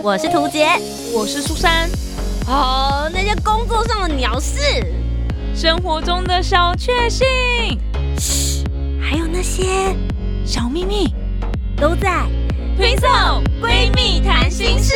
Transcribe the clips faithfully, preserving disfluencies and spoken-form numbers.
我是涂杰， 我是苏珊。 哦，那些工作上的鸟事， 生活中的小确幸， 嘘，还有那些小秘密， 都在推送闺蜜谈心事。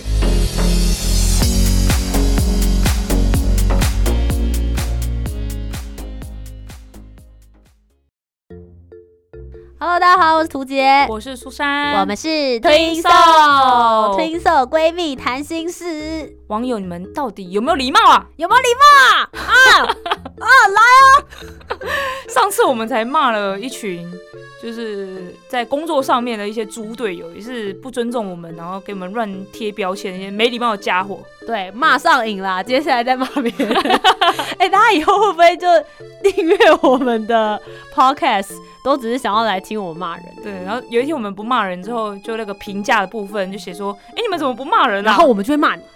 Hello， 大家好，我是涂杰， 我是苏珊， 我们是推送推送闺蜜谈心事。 网友，你们到底有没有礼貌啊？ 有没有礼貌啊？啊啊，来哦！ 上次我们才骂了一群，就是在工作上面的一些猪队友，也是不尊重我们，然后给我们乱贴标签，那些没礼貌的家伙。 对，骂上瘾啦，接下来再骂别人。哎、欸，大家以后会不会就订阅我们的 podcast， 都只是想要来听我骂人？ 对，然后有一天我们不骂人之后，就那个评价的部分就写说，哎、欸，你们怎么不骂人啊？ 然后我们就会骂你。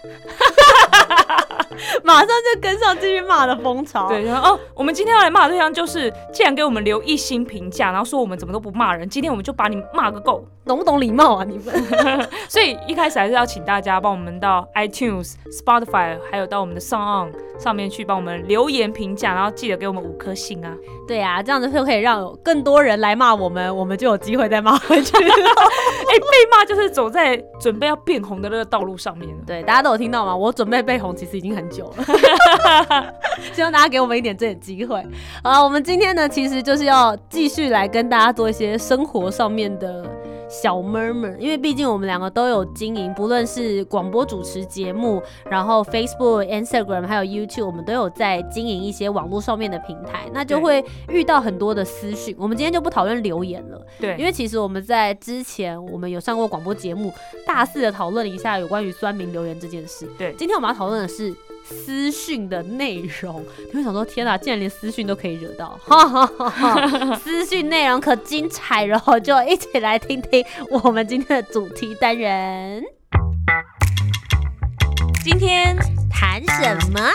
马上就跟上继续骂的风潮。 对，然后哦，我们今天要来骂的对象就是，既然给我们留一星评价，然后说我们怎么都不骂人，今天我们就把你骂个够， 懂不懂礼貌啊你们？ 所以一开始还是要请大家帮我们到 iTunes、Spotify， 还有到我们的 SoundOn 上面去帮我们留言评价，然后记得给我们五颗星啊。 对啊，这样子就可以让有更多人来骂我们，我们就有机会再骂回去。 哎、欸，被骂就是走在准备要变红的那个道路上面。 对，大家都有听到吗？我准备被红其实已经很久了。希望大家给我们一点这点机会。好啦，我们今天呢，其实就是要继续来跟大家做一些生活上面的小 murmur， 因为毕竟我们两个都有经营，不论是广播主持节目，然后 Facebook、Instagram 还有 YouTube， 我们都有在经营一些网络上面的平台，那就会遇到很多的私讯。我们今天就不讨论留言了， 对， 因为其实我们在之前我们有上过广播节目，大肆的讨论一下有关于酸民留言这件事。 对， 今天我们要讨论的是私讯的内容。你会想说，天哪，竟然连私讯都可以惹到，哈哈哈哈！私讯内容可精彩了，就一起来听听我们今天的主题单元。 今天谈什么？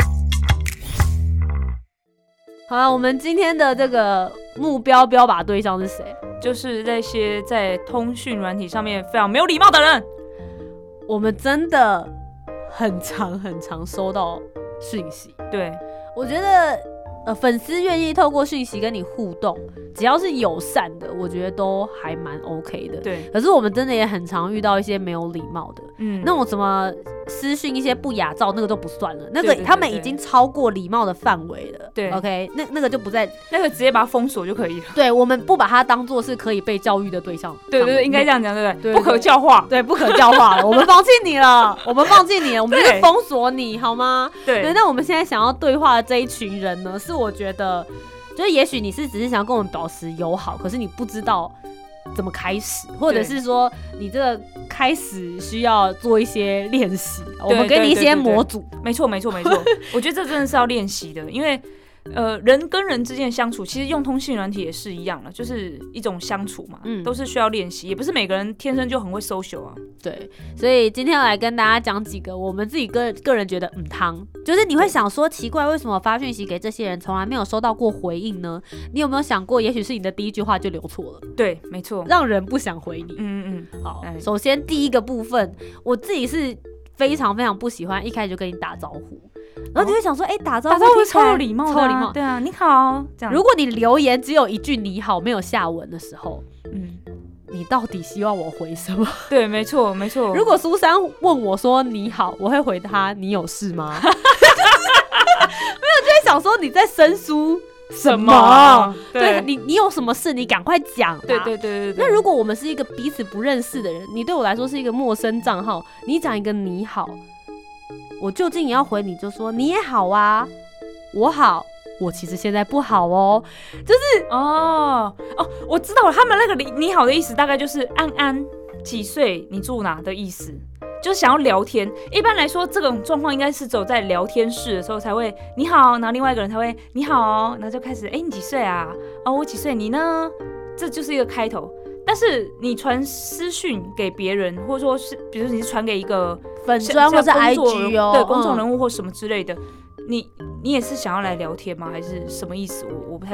好了，我们今天的这个目标标靶对象是谁？ 就是那些在通讯软体上面非常没有礼貌的人。 我们真的很常很常收到讯息， 对， 我觉得呃粉丝愿意透过讯息跟你互动，只要是友善的，我觉得都还蛮 OK 的。 对， 可是我们真的也很常遇到一些没有礼貌的，嗯，那种什么私讯一些不雅照，那个都不算了，那个他们已经超过礼貌的范围了。 对 ，OK， 那那个就不在， 那个直接把它封锁就可以了。 对，我们不把它当作是可以被教育的对象。 对对对，应该这样讲，对不对？ 对， 不可教化， 对，不可教化了，我们放弃你了，我们放弃你了，我们就是封锁你，好吗？ 对。 对，那我们现在想要对话的这一群人呢，是我觉得，就是也许你是只是想要跟我们保持友好，可是你不知道怎么开始，或者是说你这个开始需要做一些练习，我们给你一些模组。 没错，没错，没错。我觉得这真的是要练习的，因为呃，人跟人之间的相处，其实用通讯软体也是一样的，就是一种相处嘛，嗯，都是需要练习，也不是每个人天生就很会 social 啊。 对，所以今天要来跟大家讲几个我们自己个个人觉得嗯汤，就是你会想说奇怪，为什么发讯息给这些人从来没有收到过回应呢？你有没有想过，也许是你的第一句话就留错了？ 对，没错， 让人不想回你。嗯嗯嗯。 好，首先第一个部分，我自己是非常非常不喜欢一开始就跟你打招呼。然后你会想说，哎、欸，打招呼， 打招呼超有礼貌的、啊， 超有礼貌。 对啊，你好，这样。 如果你留言只有一句你好，没有下文的时候，嗯，你到底希望我回什么？ 对，没错，没错。 如果苏珊问我说你好，我会回他你有事吗？没有，就会想说你在生疏什么？什么对, 对你，你有什么事，你赶快讲。 对对对对对。 那如果我们是一个彼此不认识的人，你对我来说是一个陌生账号，你讲一个你好。我究竟也要回你就说你也好啊，我好，我其实现在不好哦，就是哦哦，我知道了，他们那个你好的意思大概就是安安几岁，你住哪的意思，就是想要聊天。一般来说，这种状况应该是只有在聊天室的时候才会你好，然后另外一个人才会你好，然后就开始哎、欸、你几岁啊？哦我几岁，你呢？这就是一个开头。但是你传私讯给别人，或者说是，比如说你是传给一个粉专或是 I G 哦， 对，公众人物或什么之类的，嗯、你你也是想要来聊天吗？还是什么意思？我我不太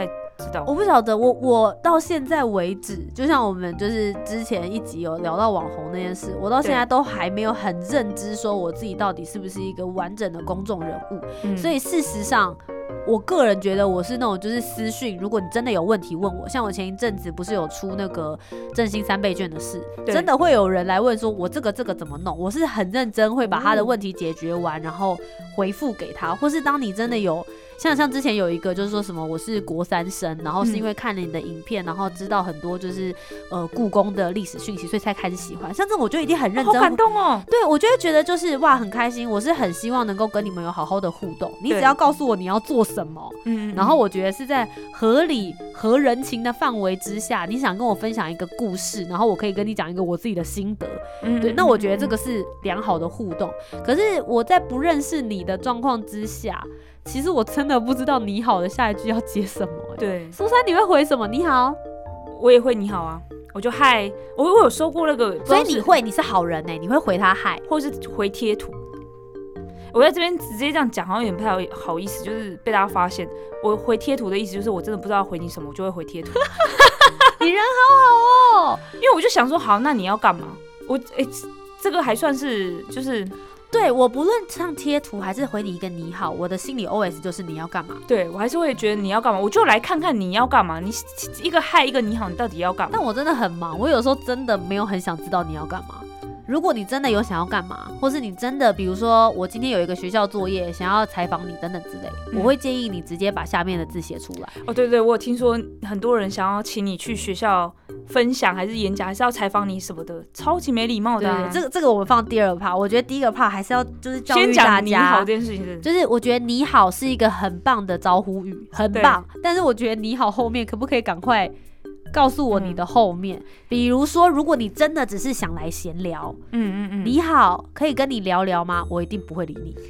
知道。 我不晓得，我我到现在为止，就像我们就是之前一集有聊到网红那件事，我到现在都还没有很认知说我自己到底是不是一个完整的公众人物。嗯、所以事实上，我个人觉得我是那种就是私讯，如果你真的有问题问我，像我前一阵子不是有出那个振兴三倍券的事，真的会有人来问说我这个这个怎么弄，我是很认真会把他的问题解决完，然后回复给他，或是当你真的有。像像之前有一个就是说什么我是国三生，然后是因为看了你的影片，然后知道很多就是呃故宫的历史讯息，所以才开始喜欢。像这种我就一定很认真， 好感动哦。 对，我就会觉得就是哇很开心，我是很希望能够跟你们有好好的互动。你只要告诉我你要做什么，嗯，然后我觉得是在合理合人情的范围之下，你想跟我分享一个故事，然后我可以跟你讲一个我自己的心得，嗯，对，那我觉得这个是良好的互动。可是我在不认识你的状况之下。其实我真的不知道你好的下一句要接什么、欸。对，苏珊你会回什么？你好， 我也会你好啊，我就嗨，我我有收过那个， 所以你会，你是好人呢、欸，你会回他嗨， 或是回贴图。我在这边直接这样讲，好像有点不太好意思，就是被大家发现。我回贴图的意思就是我真的不知道回你什么，我就会回贴图。 你人好好哦， 因为我就想说，好，那你要干嘛？我哎、欸，这个还算是就是。 对，我不论上贴图还是回你一个你好，我的心里 O S 就是你要干嘛。 对，我还是会觉得你要干嘛，我就来看看你要干嘛。你一个嗨一个你好，你到底要干嘛？ 但我真的很忙，我有时候真的没有很想知道你要干嘛。如果你真的有想要干嘛，或是你真的比如说我今天有一个学校作业想要采访你等等之类、嗯、我会建议你直接把下面的字写出来。 哦对对，我有听说很多人想要请你去学校分享还是演讲还是要采访你什么的，超级没礼貌的、啊、 对对对，这个这个我们放第二 part， 我觉得第一个 part 还是要就是教育大家先讲你好这件事情， 就是我觉得你好是一个很棒的招呼语，很棒，但是我觉得你好后面可不可以赶快告诉我你的后面、嗯、比如说如果你真的只是想来闲聊，嗯嗯嗯，你好可以跟你聊聊吗？我一定不会理你。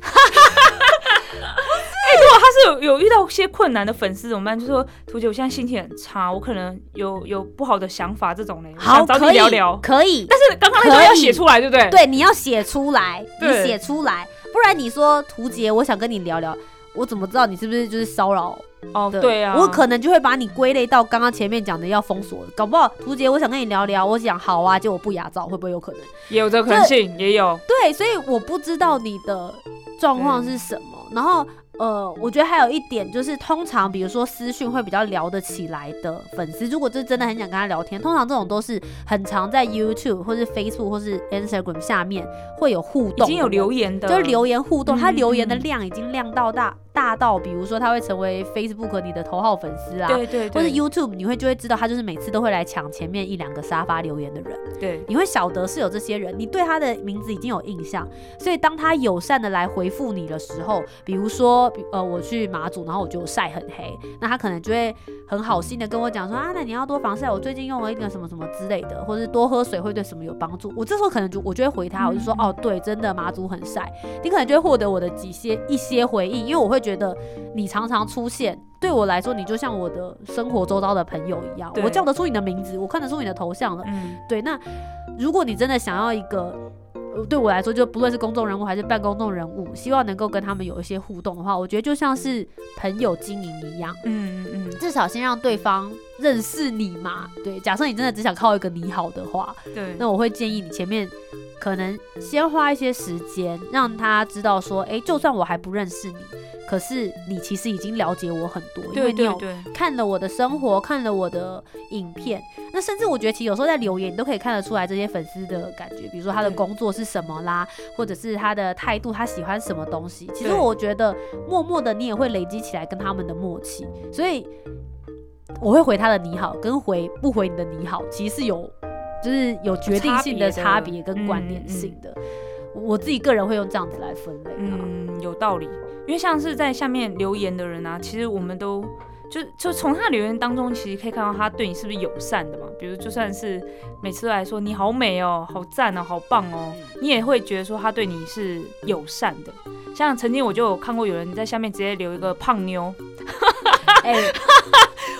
欸、如果他是 有, 有遇到一些困难的粉丝怎么办？就说图姐我现在心情很差，我可能有有不好的想法这种嘞， 好， 想找你聊聊， 可以， 但是刚刚那段要写出来对不对？ 对，你要写出来，你写出来，不然你说图姐我想跟你聊聊，我怎么知道你是不是就是骚扰？ 哦，对啊， 我可能就会把你归类到刚刚前面讲的要封锁，搞不好图姐我想跟你聊聊，我讲好啊，结果不雅照，会不会有可能？ 也有这个可能性，也有。 对，所以我不知道你的状况是什么，然后。呃，我觉得还有一点就是，通常比如说私讯会比较聊得起来的粉丝，如果这真的很想跟他聊天，通常这种都是很常在 YouTube 或是 Facebook 或是 Instagram 下面会有互动， 已经有留言的， 就是留言互动，他留言的量已经量到大。大到比如说他会成为 Facebook 你的头号粉丝啊， 对对对， 或者 YouTube 你会就会知道他就是每次都会来抢前面一两个沙发留言的人， 对， 你会晓得是有这些人，你对他的名字已经有印象，所以当他友善的来回复你的时候，比如说呃我去马祖，然后我觉得我晒很黑，那他可能就会很好心的跟我讲说啊，那你要多防晒，我最近用了一个什么什么之类的，或是多喝水会对什么有帮助，我这时候可能就我就会回他，我就说哦对，真的马祖很晒，你可能就会获得我的几些一些回应，因为我会觉得你常常出现，对我来说你就像我的生活周遭的朋友一样，我叫得出你的名字，我看得出你的头像了、嗯、对，那如果你真的想要一个对我来说就不论是公众人物还是半公众人物，希望能够跟他们有一些互动的话，我觉得就像是朋友经营一样，嗯嗯，至少先让对方认识你嘛，对，假设你真的只想靠一个你好的话，对，那我会建议你前面可能先花一些时间让他知道说，哎，就算我还不认识你，可是你其实已经了解我很多，因为你有看了我的生活，看了我的影片，那甚至我觉得其实有时候在留言你都可以看得出来这些粉丝的感觉，比如说他的工作是什么啦，或者是他的态度，他喜欢什么东西，其实我觉得默默的你也会累积起来跟他们的默契，所以我会回他的你好跟回不回你的你好其实是有就是有决定性的差别跟关联性的、嗯嗯、我自己个人会用这样子来分类、啊、 嗯，有道理，因为像是在下面留言的人啊，其实我们都就就从他留言当中其实可以看到他对你是不是友善的嘛，比如就算是每次都来说你好美哦，好赞哦，好棒哦，你也会觉得说他对你是友善的。像曾经我就有看过有人在下面直接留一个胖妞，哎、欸，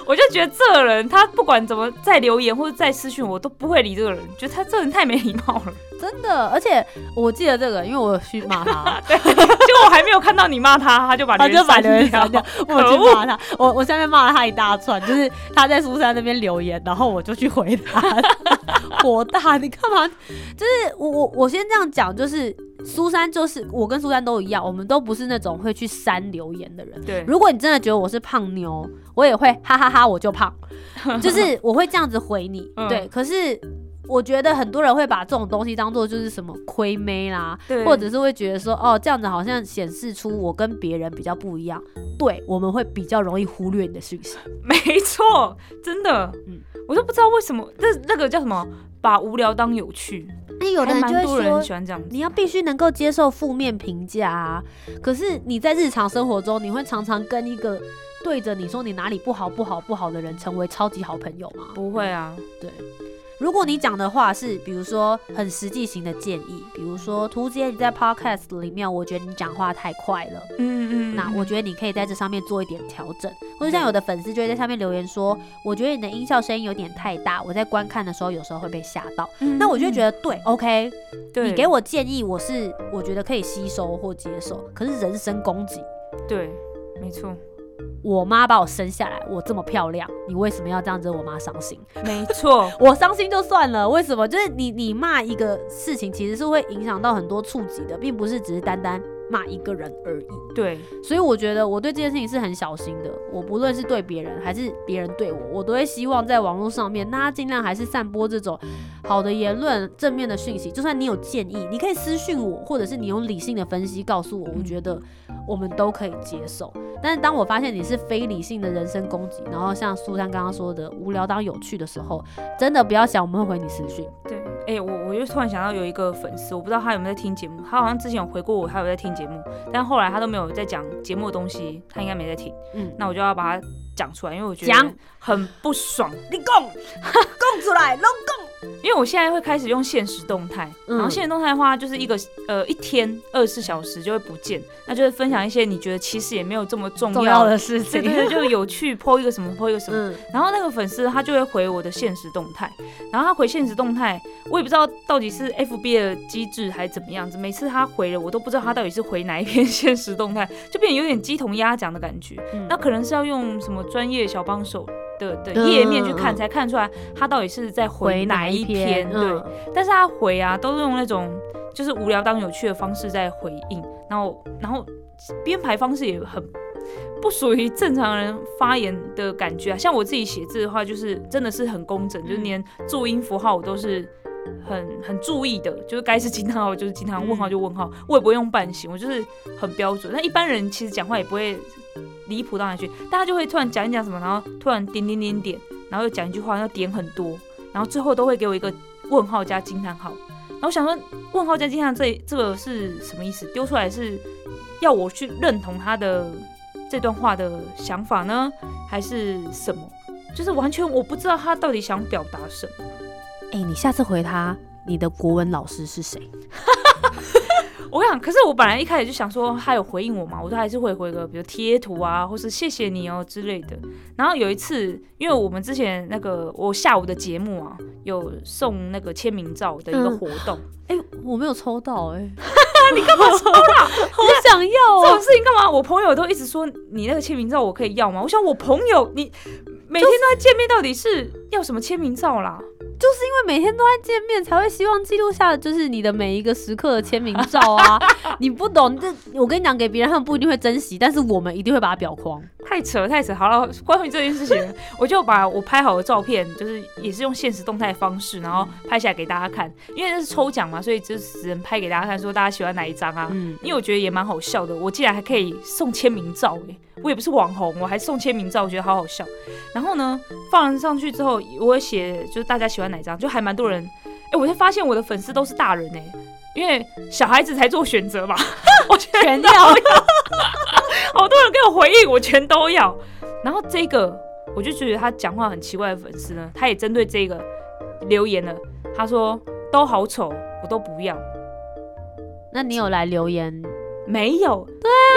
我就觉得这个人他不管怎么再留言或者再私讯我都不会理这个人，觉得他这个人太没礼貌了， 真的。而且我记得这个，因为我有去骂他， 对，结果我还没有看到你骂他，他就把留言删掉， 掉我去骂他，我我下面骂了他一大串，就是他在苏珊那边留言，然后我就去回他，火大，你干嘛？就是我我我先这样讲，就是苏珊就是我跟苏珊都一样，我们都不是那种会去删留言的人。 对， 如果你真的觉得我是胖妞，我也会哈哈哈哈，我就胖，就是我会这样子回你。嗯、对，可是我觉得很多人会把这种东西当做就是什么亏妹啦，或者是会觉得说哦这样子好像显示出我跟别人比较不一样。对，我们会比较容易忽略你的讯息。 没错，真的，嗯，我都不知道为什么，那那个叫什么，把无聊当有趣。 那有的人就会说， 喜欢这样子， 你要必须能够接受负面评价啊。可是你在日常生活中，你会常常跟一个对着你说你哪里不好、不好、不好的人成为超级好朋友吗？ 不会啊， 对。如果你讲的话是，比如说很实际型的建议，比如说图姐你在 podcast 里面，我觉得你讲话太快了，嗯嗯，那我觉得你可以在这上面做一点调整，或者像有的粉丝就会在下面留言说，我觉得你的音效声音有点太大，我在观看的时候有时候会被吓到，嗯、那我就觉得对 ，OK， 对，你给我建议，我是我觉得可以吸收或接受，可是人身攻击， 对，没错。 我妈把我生下来，我这么漂亮，你为什么要这样子？我妈伤心。 没错， 我伤心就算了，为什么？就是你你骂一个事情，其实是会影响到很多触及的，并不是只是单单骂一个人而已。 对， 所以我觉得我对这件事情是很小心的。我不论是对别人还是别人对我，我都会希望在网络上面，大家尽量还是散播这种好的言论、正面的讯息。就算你有建议，你可以私讯我，或者是你用理性的分析告诉我，我觉得我们都可以接受。但是当我发现你是非理性的人身攻击，然后像苏珊刚刚说的无聊当有趣的时候，真的不要想我们会回你私讯。 对，哎、欸，我我就突然想到有一个粉丝，我不知道他有没有在听节目，他好像之前有回过我，他有在听节目，但后来他都没有在讲节目的东西，他应该没在听。嗯，那我就要把它讲出来，因为我觉得很不爽。 你讲，讲出来，拢讲。 因为我现在会开始用限时动态，嗯、然后限时动态的话，就是一个呃一天二十四小时就会不见，那就会分享一些你觉得其实也没有这么重要, 重要的事情， 对对对，就有趣 po 一个什么 po 一个什么，嗯、然后那个粉丝他就会回我的限时动态，然后他回限时动态，我也不知道到底是 F B 的机制还是怎么样子，每次他回了我都不知道他到底是回哪一篇限时动态，就变得有点鸡同鸭讲的感觉，嗯、那可能是要用什么专业小帮手的的页面去看，才看出来他到底是在回哪一篇，对。嗯、但是他回啊，都是用那种就是无聊当有趣的方式在回应，然后然后编排方式也很不属于正常人发言的感觉啊。像我自己写字的话，就是真的是很工整，就是连注音符号我都是很很注意的，就是该是惊叹号就是惊叹号，问号就问号，我也不会用半形，我就是很标准。那一般人其实讲话也不会离谱到哪去，大家就会突然讲一讲什么，然后突然点点点点，然后又讲一句话，要点很多，然后最后都会给我一个问号加惊叹号。然后我想说，问号加惊叹号这这个是什么意思？丢出来是要我去认同他的这段话的想法呢，还是什么？就是完全我不知道他到底想表达什么。 哎、欸，你下次回他，你的国文老师是谁？ 我想，可是我本来一开始就想说，他有回应我嘛，我都还是会回个比如贴图啊，或是谢谢你哦之类的。然后有一次，因为我们之前那个我下午的节目啊，有送那个签名照的一个活动， 哎、嗯欸，我没有抽到哎、欸， 你干嘛抽啦？ 好想要哦！ 这种事情干嘛？我朋友都一直说你那个签名照我可以要吗？我想我朋友你每天都在见面，到底是要什么签名照啦？ 就是因为每天都在见面，才会希望记录下就是你的每一个时刻的签名照啊！你不懂，这我跟你讲，给别人他们不一定会珍惜，但是我们一定会把它裱框。 太扯太扯！好了，关于这件事情，我就把我拍好的照片，就是也是用限时动态的方式，然后拍下来给大家看。因为这是抽奖嘛，所以就只能拍给大家看，说大家喜欢哪一张啊？嗯，因为我觉得也蛮好笑的，我竟然还可以送签名照哎、欸！我也不是网红，我还送签名照，我觉得好好笑。然后呢，放上去之后，我也写就是大家喜欢哪张，就还蛮多人。哎、欸，我才发现我的粉丝都是大人哎、欸，因为小孩子才做选择嘛，我全要，好多人给我回应，我全都要。然后这个，我就觉得他讲话很奇怪的粉丝呢，他也针对这个留言了，他说都好丑，我都不要。 那你有来留言？ 没有， 对，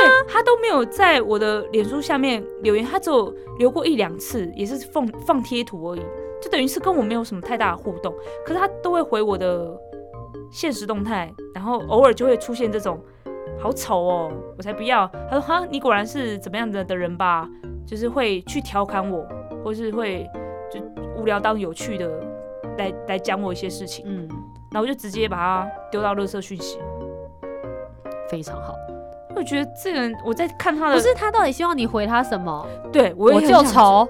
他都没有在我的脸书下面留言，他只有留过一两次，也是放放贴图而已，就等于是跟我没有什么太大的互动。可是他都会回我的限时动态，然后偶尔就会出现这种好丑哦，我才不要。他说哈，你果然是怎么样的的人吧，就是会去调侃我，或是会就无聊当有趣的来来讲我一些事情，嗯，然后我就直接把他丢到垃圾讯息， 非常好。 我觉得这个人，我在看他的， 不是他到底希望你回他什么？ 对，我我就丑。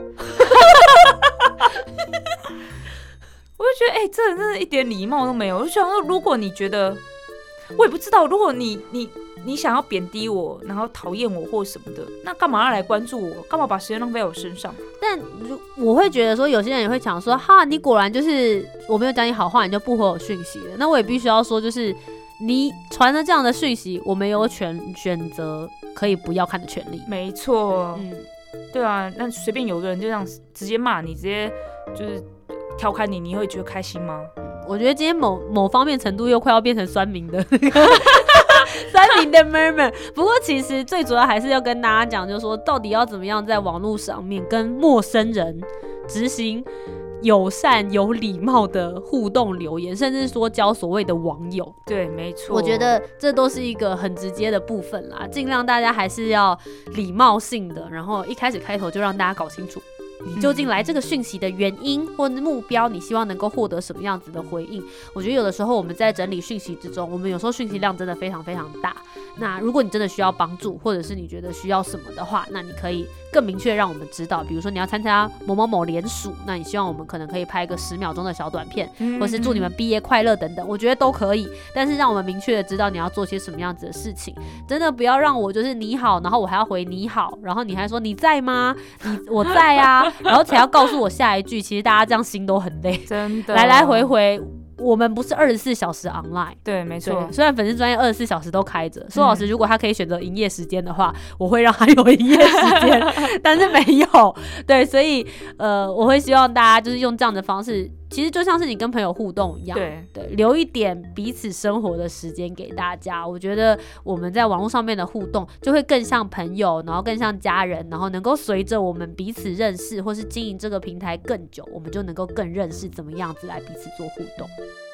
我就觉得，哎、欸，这人真的一点礼貌都没有。我就想说，如果你觉得，我也不知道，如果你你你想要贬低我，然后讨厌我或什么的，那干嘛要来关注我？干嘛把时间浪费在我身上？ 但我会觉得说，有些人也会讲说，哈，你果然就是我没有讲你好话，你就不回我讯息了。那我也必须要说，就是你传了这样的讯息，我们有权选择可以不要看的权利。 没错，嗯，对啊，那随便有个人就这样直接骂你，直接就是调侃你，你会觉得开心吗？ 我觉得今天某某方面程度又快要变成酸民的酸民的 murmur。不过其实最主要还是要跟大家讲，就是说到底要怎么样在网络上面跟陌生人执行友善有礼貌的互动留言，甚至说交所谓的网友。 对，没错， 我觉得这都是一个很直接的部分啦，尽量大家还是要礼貌性的，然后一开始开头就让大家搞清楚你究竟来这个讯息的原因或目标，你希望能够获得什么样子的回应。我觉得有的时候我们在整理讯息之中，我们有时候讯息量真的非常非常大，那如果你真的需要帮助，或者是你觉得需要什么的话，那你可以更明确让我们知道，比如说你要参加某某某联署，那你希望我们可能可以拍个十秒钟的小短片，或是祝你们毕业快乐等等，我觉得都可以，但是让我们明确的知道你要做些什么样子的事情。真的不要让我就是你好，然后我还要回你好，然后你还说你在吗？你我在啊，然后才要告诉我下一句，其实大家这样心都很累， 真的来来回回。我们不是二十四小时 online， 对，没错。 虽然粉丝专页二十四小时都开着，说老实，如果他可以选择营业时间的话，我会让他有营业时间，但是没有。对，所以呃，我会希望大家就是用这样的方式，其实就像是你跟朋友互动一样， 对对，留一点彼此生活的时间给大家。我觉得我们在网络上面的互动就会更像朋友，然后更像家人，然后能够随着我们彼此认识，或是经营这个平台更久，我们就能够更认识怎么样子来彼此做互动。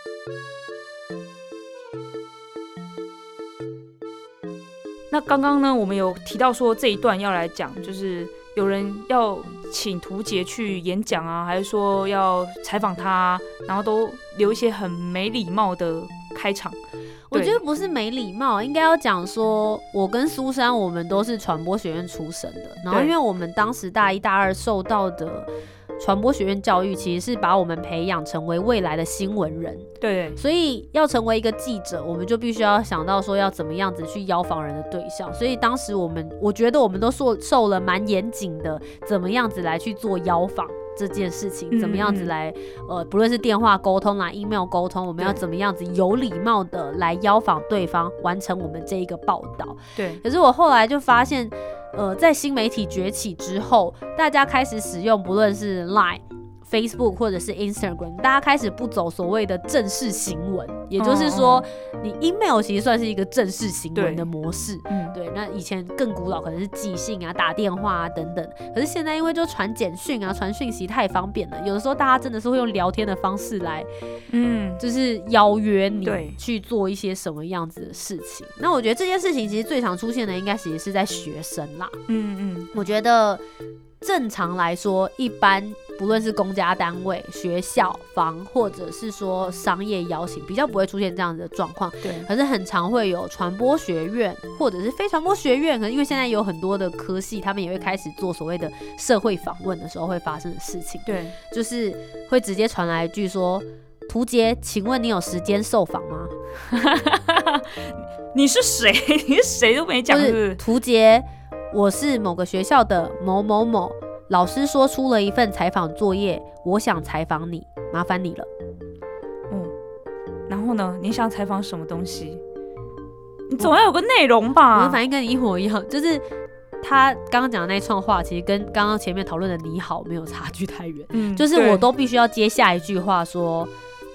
那刚刚呢，我们有提到说这一段要来讲，就是有人要请屠洁去演讲啊，还是说要采访他啊，然后都留一些很没礼貌的开场。 我觉得不是没礼貌，应该要讲说，我跟苏珊我们都是传播学院出身的，然后因为我们当时大一大二受到的传播学院教育其实是把我们培养成为未来的新闻人， 对， 所以要成为一个记者，我们就必须要想到说要怎么样子去邀访人的对象，所以当时我们我觉得我们都受受了蛮严谨的，怎么样子来去做邀访这件事情，怎么样子来呃，不论是电话沟通啦 email 沟通，我们要怎么样子有礼貌的来邀访对方，完成我们这一个报道。 对， 可是我后来就发现呃，在新媒体崛起之后，大家开始使用不论是 Line、Facebook 或者是 Instagram， 大家开始不走所谓的正式行文，也就是说，你 email 其实算是一个正式行文的模式。嗯，对。那以前更古老可能是寄信啊、打电话啊等等，可是现在因为就传简讯啊、传讯息太方便了，有的时候大家真的是会用聊天的方式来，嗯，就是邀约你去做一些什么样子的事情。那我觉得这件事情其实最常出现的应该其实是在学生啦。嗯嗯，我觉得正常来说，一般不论是公家单位、学校、房，或者是说商业邀请，比较不会出现这样子的状况。对，可是很常会有传播学院或者是非传播学院，可能因为现在有很多的科系，他们也会开始做所谓的社会访问的时候会发生的事情。对，就是会直接传来一句说：“屠洁，请问你有时间受访吗？” 你是谁？你是谁都没讲。 就是屠洁，我是某个学校的某某某，老师说出了一份采访作业，我想采访你，麻烦你了。 嗯，然后呢？你想采访什么东西？你总要有个内容吧？ 我的反应跟你一模一样，就是他刚刚讲的那一串话，其实跟刚刚前面讨论的你好没有差距太远。嗯，就是我都必须要接下一句话说，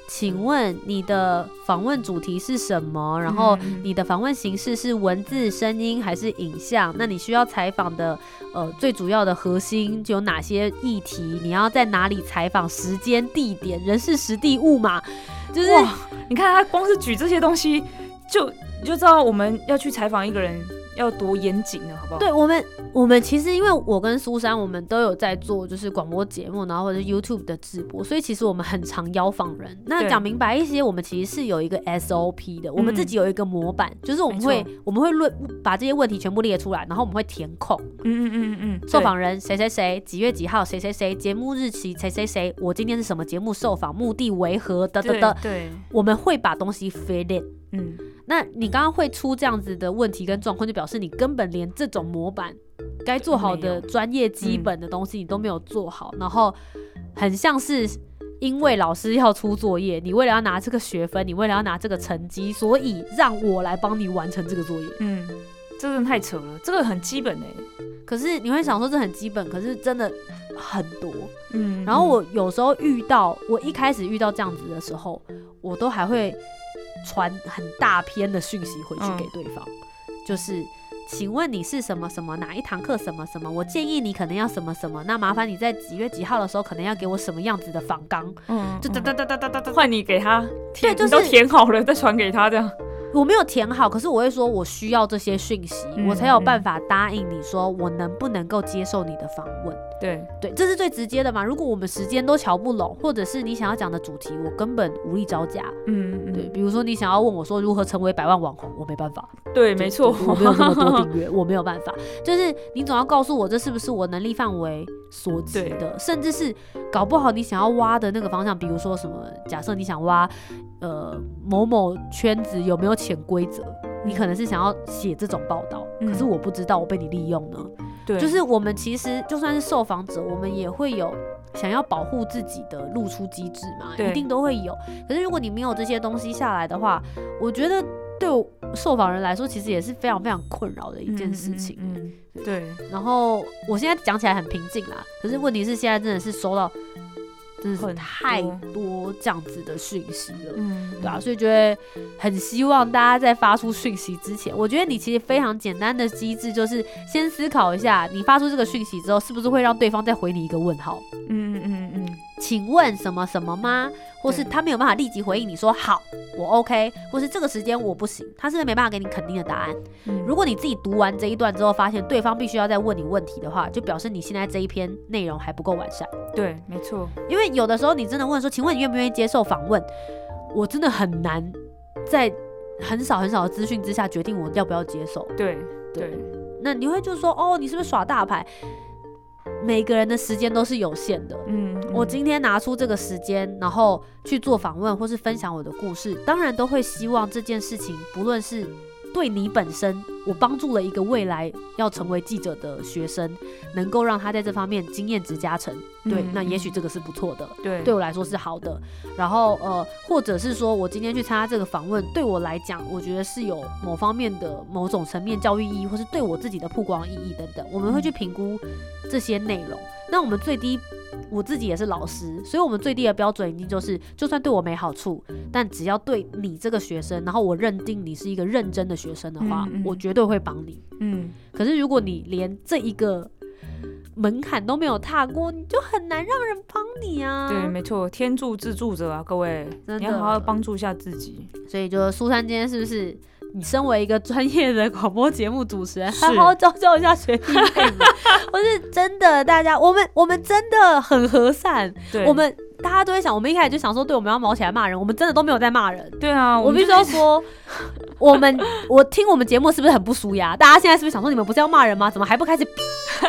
请问你的访问主题是什么？然后你的访问形式是文字、声音还是影像？那你需要采访的呃最主要的核心有哪些议题？你要在哪里采访？时间、地点、人事、时地、物嘛，就是哇，你看他光是举这些东西，就你就知道我们要去采访一个人要多严谨了，好不好？ 对我们，我们其实因为我跟苏珊，我们都有在做就是广播节目，然后或者是 YouTube 的直播，所以其实我们很常邀访人。那讲明白一些，我们其实是有一个 S O P 的，我们自己有一个模板，嗯、就是我们会我们会论把这些问题全部列出来，然后我们会填空。 嗯嗯嗯嗯。 受访人谁谁谁，几月几号，谁谁谁，节目日期谁谁谁，我今天是什么节目受访，目的为何的的的。 对。 我们会把东西 fill in。 嗯。 那你刚刚会出这样子的问题跟状况，就表示你根本连这种模板该做好的专业基本的东西你都没有做好，嗯、然后很像是因为老师要出作业，你为了要拿这个学分，你为了要拿这个成绩，所以让我来帮你完成这个作业。 嗯，这真的太扯了，这个很基本哎。 可是你会想说这很基本，可是真的很多。 嗯， 然后我有时候遇到，我一开始遇到这样子的时候，我都还会传很大篇的讯息回去给对方，嗯、就是请问你是什么什么哪一堂课什么什么，我建议你可能要什么什么，那麻烦你在几月几号的时候可能要给我什么样子的访纲， 嗯， 就哒哒哒哒哒哒哒， 换你给他填， 对，就是你都填好了再传给他这样。 我没有填好，可是我会说我需要这些讯息，嗯、我才有办法答应你说我能不能够接受你的访问。 对对，这是最直接的嘛。如果我们时间都瞧不拢，或者是你想要讲的主题我根本无力招架， 嗯嗯， 对，比如说你想要问我说如何成为百万网红，我没办法。 对，没错， 我没有那么多订阅，我没有办法。就是你总要告诉我这是不是我能力范围所及的，甚至是搞不好你想要挖的那个方向，比如说什么，假设你想挖呃某某圈子有没有潜规则，你可能是想要写这种报道，嗯、可是我不知道我被你利用呢。对，就是我们其实就算是受访者，我们也会有想要保护自己的露出机制嘛，一定都会有。可是如果你没有这些东西下来的话，我觉得对我受访人来说，其实也是非常非常困扰的一件事情。 嗯嗯嗯、对。 然后我现在讲起来很平静啦，可是问题是现在真的是收到。真的是太多这样子的讯息了，嗯，对啊，所以觉得很希望大家在发出讯息之前，我觉得你其实非常简单的机制就是先思考一下，你发出这个讯息之后，是不是会让对方再回你一个问号？ 嗯嗯嗯嗯， 请问什么什么吗？或是他没有办法立即回应你说好，我 OK， 或是这个时间我不行，他是不是没办法给你肯定的答案？嗯、如果你自己读完这一段之后，发现对方必须要再问你问题的话，就表示你现在这一篇内容还不够完善。 对，没错， 因为有的时候你真的问说，请问你愿不愿意接受访问？我真的很难在很少很少的资讯之下决定我要不要接受。 对对, 对， 那你会就说哦，你是不是耍大牌？每个人的时间都是有限的，嗯，嗯我今天拿出这个时间，然后去做访问或是分享我的故事，当然都会希望这件事情，不论是对你本身，我帮助了一个未来要成为记者的学生，能够让他在这方面经验值加成，对，嗯、那也许这个是不错的，对，对我来说是好的。然后呃，或者是说我今天去参加这个访问，对我来讲，我觉得是有某方面的某种层面教育意义，或是对我自己的曝光意义等等，我们会去评估这些内容。那我们最低，我自己也是老师，所以我们最低的标准一定就是，就算对我没好处，但只要对你这个学生，然后我认定你是一个认真的学生的话，嗯嗯我绝对会帮你。嗯，可是如果你连这一个门槛都没有踏过，你就很难让人帮你啊。 对，没错，天助自助者啊，各位，你要好好帮助一下自己。 所以就苏珊今天是不是？你身为一个专业的广播节目主持人，好好教教一下学弟妹们。我是真的，大家，我们我们真的很和善。对，我们大家都会想，我们一开始就想说，对，我们要毛起来骂人，我们真的都没有在骂人。 对啊， 我必须要说，我们我听我们节目是不是很不舒压？大家现在是不是想说，你们不是要骂人吗？怎么还不开始逼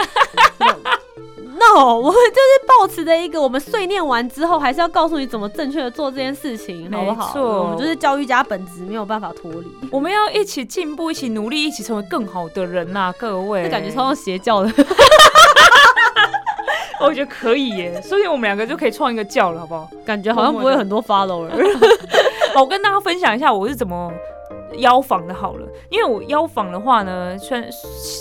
？No， 我们就是抱持的一个，我们碎念完之后，还是要告诉你怎么正确的做这件事情，好不好？没错，我们就是教育家本质，没有办法脱离。 我们要一起进步，一起努力，一起成为更好的人呐、啊，各位。 这感觉超像邪教的。 我觉得可以耶，所以我们两个就可以创一个教了，好不好？ 感觉好像不会很多 follower。 好，我跟大家分享一下我是怎么邀访的，好了，因为我邀访的话呢，虽然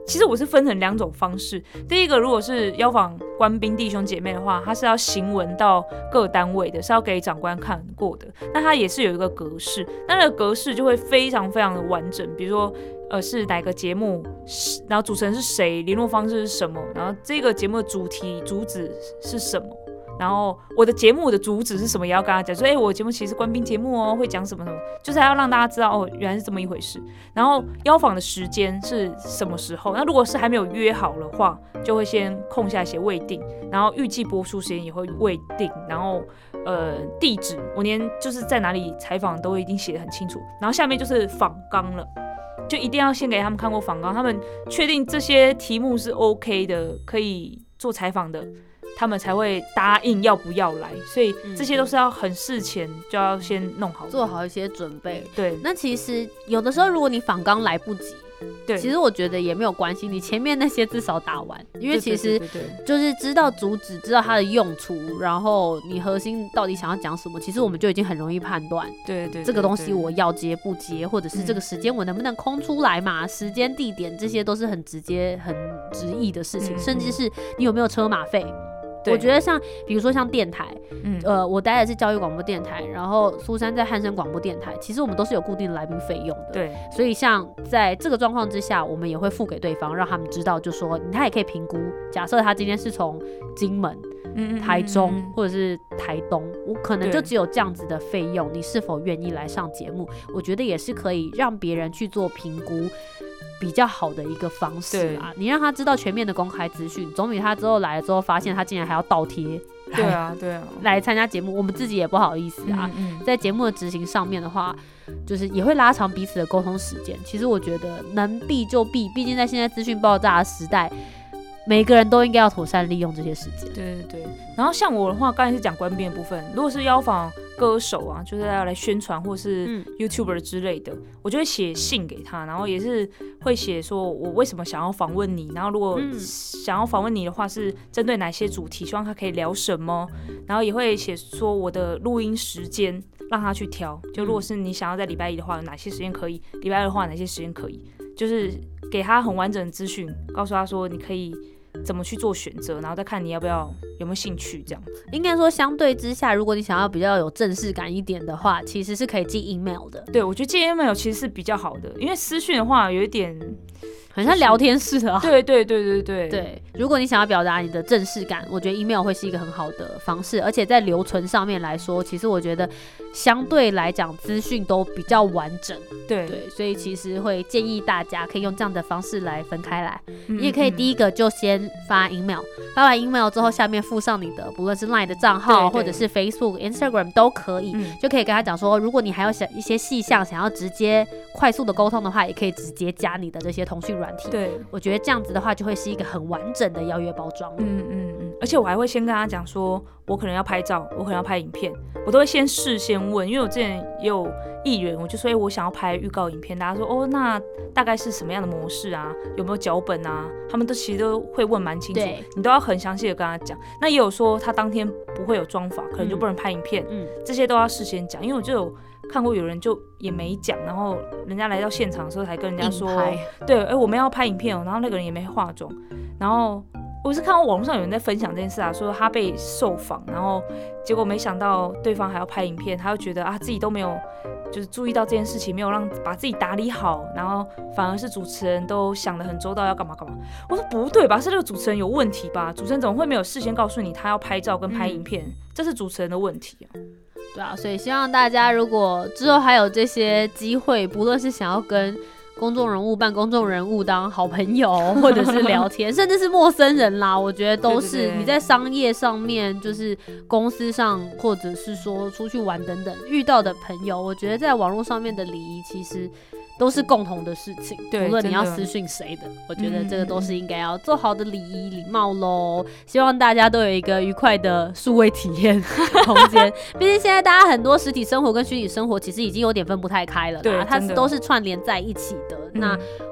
其实我是分成两种方式。第一个，如果是邀访官兵弟兄姐妹的话，他是要行文到各单位的，是要给长官看过的。那他也是有一个格式，那那个格式就会非常非常的完整，比如说。呃，是哪个节目？然后主持人是谁？联络方式是什么？然后这个节目的主题主旨是什么？然后我的节目的主旨是什么？也要跟他讲说，哎、欸，我的节目其实是官兵节目哦，会讲什么什么，就是要让大家知道哦，原来是这么一回事。然后邀访的时间是什么时候？那如果是还没有约好的话，就会先空下写未定，然后预计播出时间也会未定，然后呃地址我连就是在哪里采访都一定写得很清楚。然后下面就是访纲了。就一定要先给他们看过访纲，他们确定这些题目是 OK 的，可以做采访的，他们才会答应要不要来。所以这些都是要很事前就要先弄好， 做好一些准备。 对， 那其实有的时候，如果你访纲来不及，对，其实我觉得也没有关系，你前面那些至少打完，因为其实就是知道主旨，知道它的用处，然后你核心到底想要讲什么，其实我们就已经很容易判断， 对 对, 对， 这个东西我要接不接，或者是这个时间我能不能空出来嘛？嗯、时间、地点这些都是很直接、很直译的事情，嗯、甚至是你有没有车马费。我觉得像比如说像电台，嗯，呃，我待的是教育广播电台，然后苏珊在汉声广播电台，其实我们都是有固定的来宾费用的， 对， 所以像在这个状况之下，我们也会付给对方，让他们知道，就说他也可以评估，假设他今天是从金门、嗯、台中、嗯、或者是台东，我可能就只有这样子的费用，你是否愿意来上节目？我觉得也是可以让别人去做评估。比较好的一个方式啊，你让他知道全面的公开资讯，总比他之后来了之后发现他竟然还要倒贴， 对啊对啊， 来参加节目，我们自己也不好意思啊。嗯嗯在节目的执行上面的话，就是也会拉长彼此的沟通时间。其实我觉得能避就避，毕竟在现在资讯爆炸的时代。每个人都应该要妥善利用这些时间。 对对对。然后像我的话，刚才是讲官兵的部分，如果是邀访歌手啊，就是要来宣传或是 YouTuber 之类的，嗯、我就会写信给他，然后也是会写说我为什么想要访问你，然后如果想要访问你的话是针对哪些主题，希望他可以聊什么，然后也会写说我的录音时间让他去挑，就如果是你想要在礼拜一的话，有哪些时间可以，礼拜二的话哪些时间可以，就是给他很完整的资讯，告诉他说你可以怎么去做选择，然后再看你要不要有没有兴趣这样子。 应该说相对之下，如果你想要比较有正式感一点的话，其实是可以寄 email 的。 对，我觉得寄 email 其实是比较好的，因为私讯的话有一点很像聊天室啊。 对对对对对对，如果你想要表达你的正式感，我觉得 email 会是一个很好的方式，而且在留存上面来说，其实我觉得相对来讲资讯都比较完整。 对对，所以其实会建议大家可以用这样的方式来分开来。嗯、你也可以第一个就先发 email， 发完 email 之后，下面附上你的不论是 LINE 的账号，或者是 Facebook、Instagram 都可以，嗯、就可以跟他讲说，如果你还有一些细项想要直接快速的沟通的话，也可以直接加你的这些通讯软体。 对， 我觉得这样子的话，就会是一个很完整的邀约包装。 嗯嗯嗯，而且我还会先跟他讲说，我可能要拍照，我可能要拍影片，我都会先事先问，因为我之前也有艺人，我就说，哎、欸，我想要拍预告影片，大家说，哦，那大概是什么样的模式啊？有没有脚本啊？他们都其实都会问蛮清楚，你都要很详细的跟他讲。那也有说他当天不会有妆法，可能就不能拍影片，嗯，这些都要事先讲，因为我就有看过有人就也没讲，然后人家来到现场的时候才跟人家说，对，哎、欸，我们要拍影片哦、喔，然后那个人也没化妆，然后我是看到网络上有人在分享这件事啊，说他被受访，然后结果没想到对方还要拍影片，他就觉得啊自己都没有就是注意到这件事情，没有让把自己打理好，然后反而是主持人都想得很周到要干嘛干嘛。我说不对吧，是这个主持人有问题吧？主持人怎么会没有事先告诉你他要拍照跟拍影片？嗯、这是主持人的问题啊。 对啊，所以希望大家如果之后还有这些机会，不论是想要跟公众人物办公众人物当好朋友，或者是聊天，甚至是陌生人啦，我觉得都是。对对对，你在商业上面，就是公司上，或者是说出去玩等等遇到的朋友，我觉得在网络上面的礼仪其实都是共同的事情，无论你要私讯谁的，我觉得这个都是应该要做好的礼仪礼貌咯。希望大家都有一个愉快的数位体验空间。毕竟现在大家很多实体生活跟虚拟生活其实已经有点分不太开了啦，它都是串联在一起的。嗯、那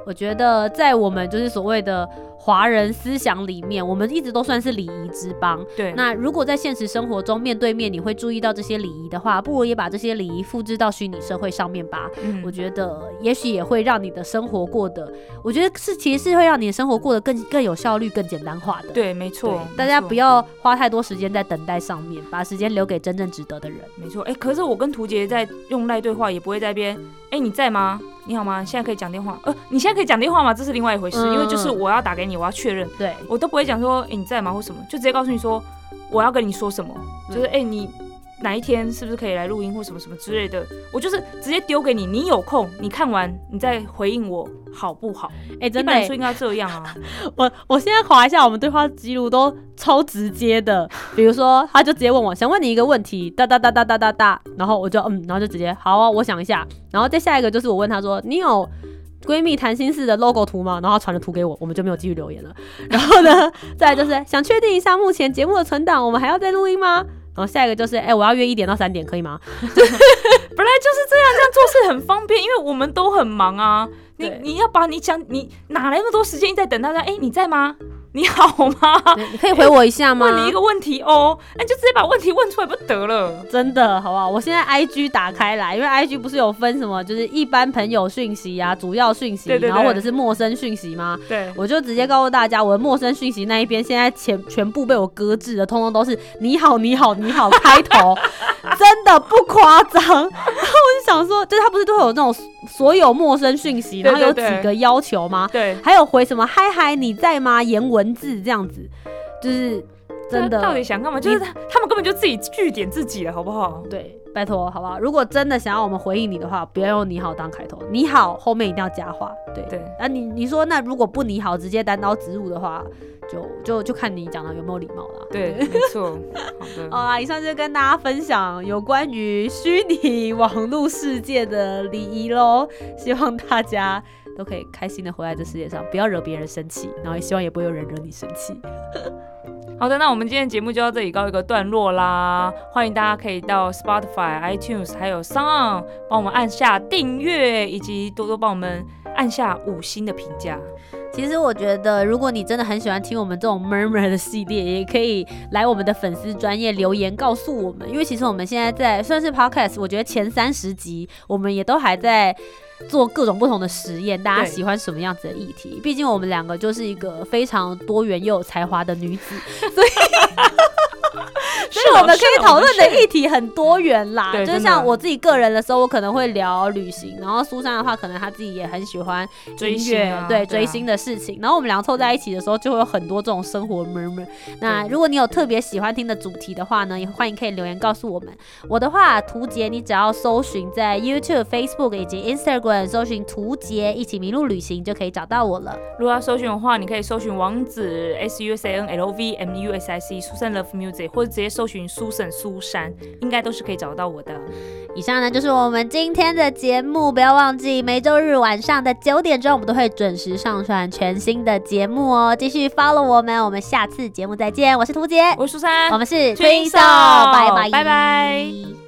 我觉得在我们就是所谓的华人思想里面，我们一直都算是礼仪之邦。 对， 那如果在现实生活中面对面你会注意到这些礼仪的话，不如也把这些礼仪复制到虚拟社会上面吧。嗯、我觉得也许也会让你的生活过得，我觉得是其实是会让你的生活过得更更有效率、更简单化的。 对，没错， 大家不要花太多时间在等待上面，把时间留给真正值得的人。 没错，哎、欸，可是我跟涂杰在用赖对话，也不会在那边，哎、欸，你在吗？你好吗？现在可以讲电话？呃，你现在可以讲电话吗？这是另外一回事，嗯、因为就是我要打给你，我要确认， 对我都不会讲说，哎、欸，你在吗或什么，就直接告诉你说我要跟你说什么，就是哎、欸，你哪一天是不是可以来录音或什么什么之类的，我就是直接丢给你，你有空你看完你再回应我好不好？哎、欸，真的、欸，一般来说应该这样啊。 我我现在滑一下我们对话记录都超直接的，比如说他就直接问我想问你一个问题，哒哒哒哒哒哒哒，然后我就嗯，然后就直接好啊，我想一下，然后再下一个就是我问他说你有闺蜜谈心事的 logo 图吗？然后他传了图给我，我们就没有继续留言了。然后呢，再来就是想确定一下目前节目的存档，我们还要再录音吗？然后下一个就是，哎、欸，我要约一点到三点，可以吗？ 本来就是这样，这样做事很方便，因为我们都很忙啊。你你要把你讲，你哪来那么多时间一直在等大家？哎、欸，你在吗？你好吗？ 你可以回我一下吗？ 问你一个问题哦，那、欸、就直接把问题问出来不得了？ 真的，好不好？我现在 I G 打开来，因为 I G 不是有分什么，就是一般朋友讯息啊，主要讯息，对对对，然后或者是陌生讯息吗？ 对， 我就直接告诉大家，我的陌生讯息那一边现在全全部被我搁置了，通通都是你好你好你好开头，真的不夸张。然后我就想说，就是他不是都会有那种所有陌生讯息，然后有几个要求吗？ 对， 还有回什么嗨嗨你在吗？言文字这样子，就是真的。 到底想干嘛？就是他他们根本就自己句点自己了，好不好？ 对，拜托，好不好？如果真的想要我们回应你的话，不要用你好当开头，你好后面一定要加话。对对，啊你你说那如果不你好直接单刀直入的话，就就就看你讲的有没有礼貌啦。 对，没错。好的。 好啦，以上就跟大家分享有关于虚拟网络世界的礼仪咯，希望大家都可以开心的活在这世界上，不要惹别人生气，然后也希望也不会有人惹你生气。 好的，那我们今天的节目就到这里告一个段落啦。欢迎大家可以到 Spotify、iTunes 还有 Sound 帮我们按下订阅，以及多多帮我们按下五星的评价。 其实我觉得，如果你真的很喜欢听我们这种 murmur 的系列，也可以来我们的粉丝专页留言告诉我们。因为其实我们现在在算是 podcast， 我觉得前三十集我们也都还在做各种不同的实验，大家喜欢什么样子的议题？毕竟我们两个就是一个非常多元又有才华的女子，所以所以我们可以讨论的议题很多元啦。就是像我自己个人的时候，我可能会聊旅行，然后苏珊的话，可能她自己也很喜欢追星、啊， 对追星的事情。然后我们两个凑在一起的时候，就会有很多这种生活 murmur。那如果你有特别喜欢听的主题的话呢，也欢迎可以留言告诉我们。我的话，图杰你只要搜寻在 YouTube、Facebook 以及 Instagram 搜寻图杰一起迷路旅行就可以找到我了。 如果要搜寻的话，你可以搜寻网址 S U S A N L O V M U S I C Susan Love Music， 或者直接搜寻 Susan 苏珊，应该都是可以找到我的。 以上呢就是我们今天的节目，不要忘记每周日晚上的九点钟，我们都会准时上传全新的节目哦。继续 follow 我们，我们下次节目再见。我是图杰， 我是苏珊， 我们是 Twin Soul， 拜拜拜拜。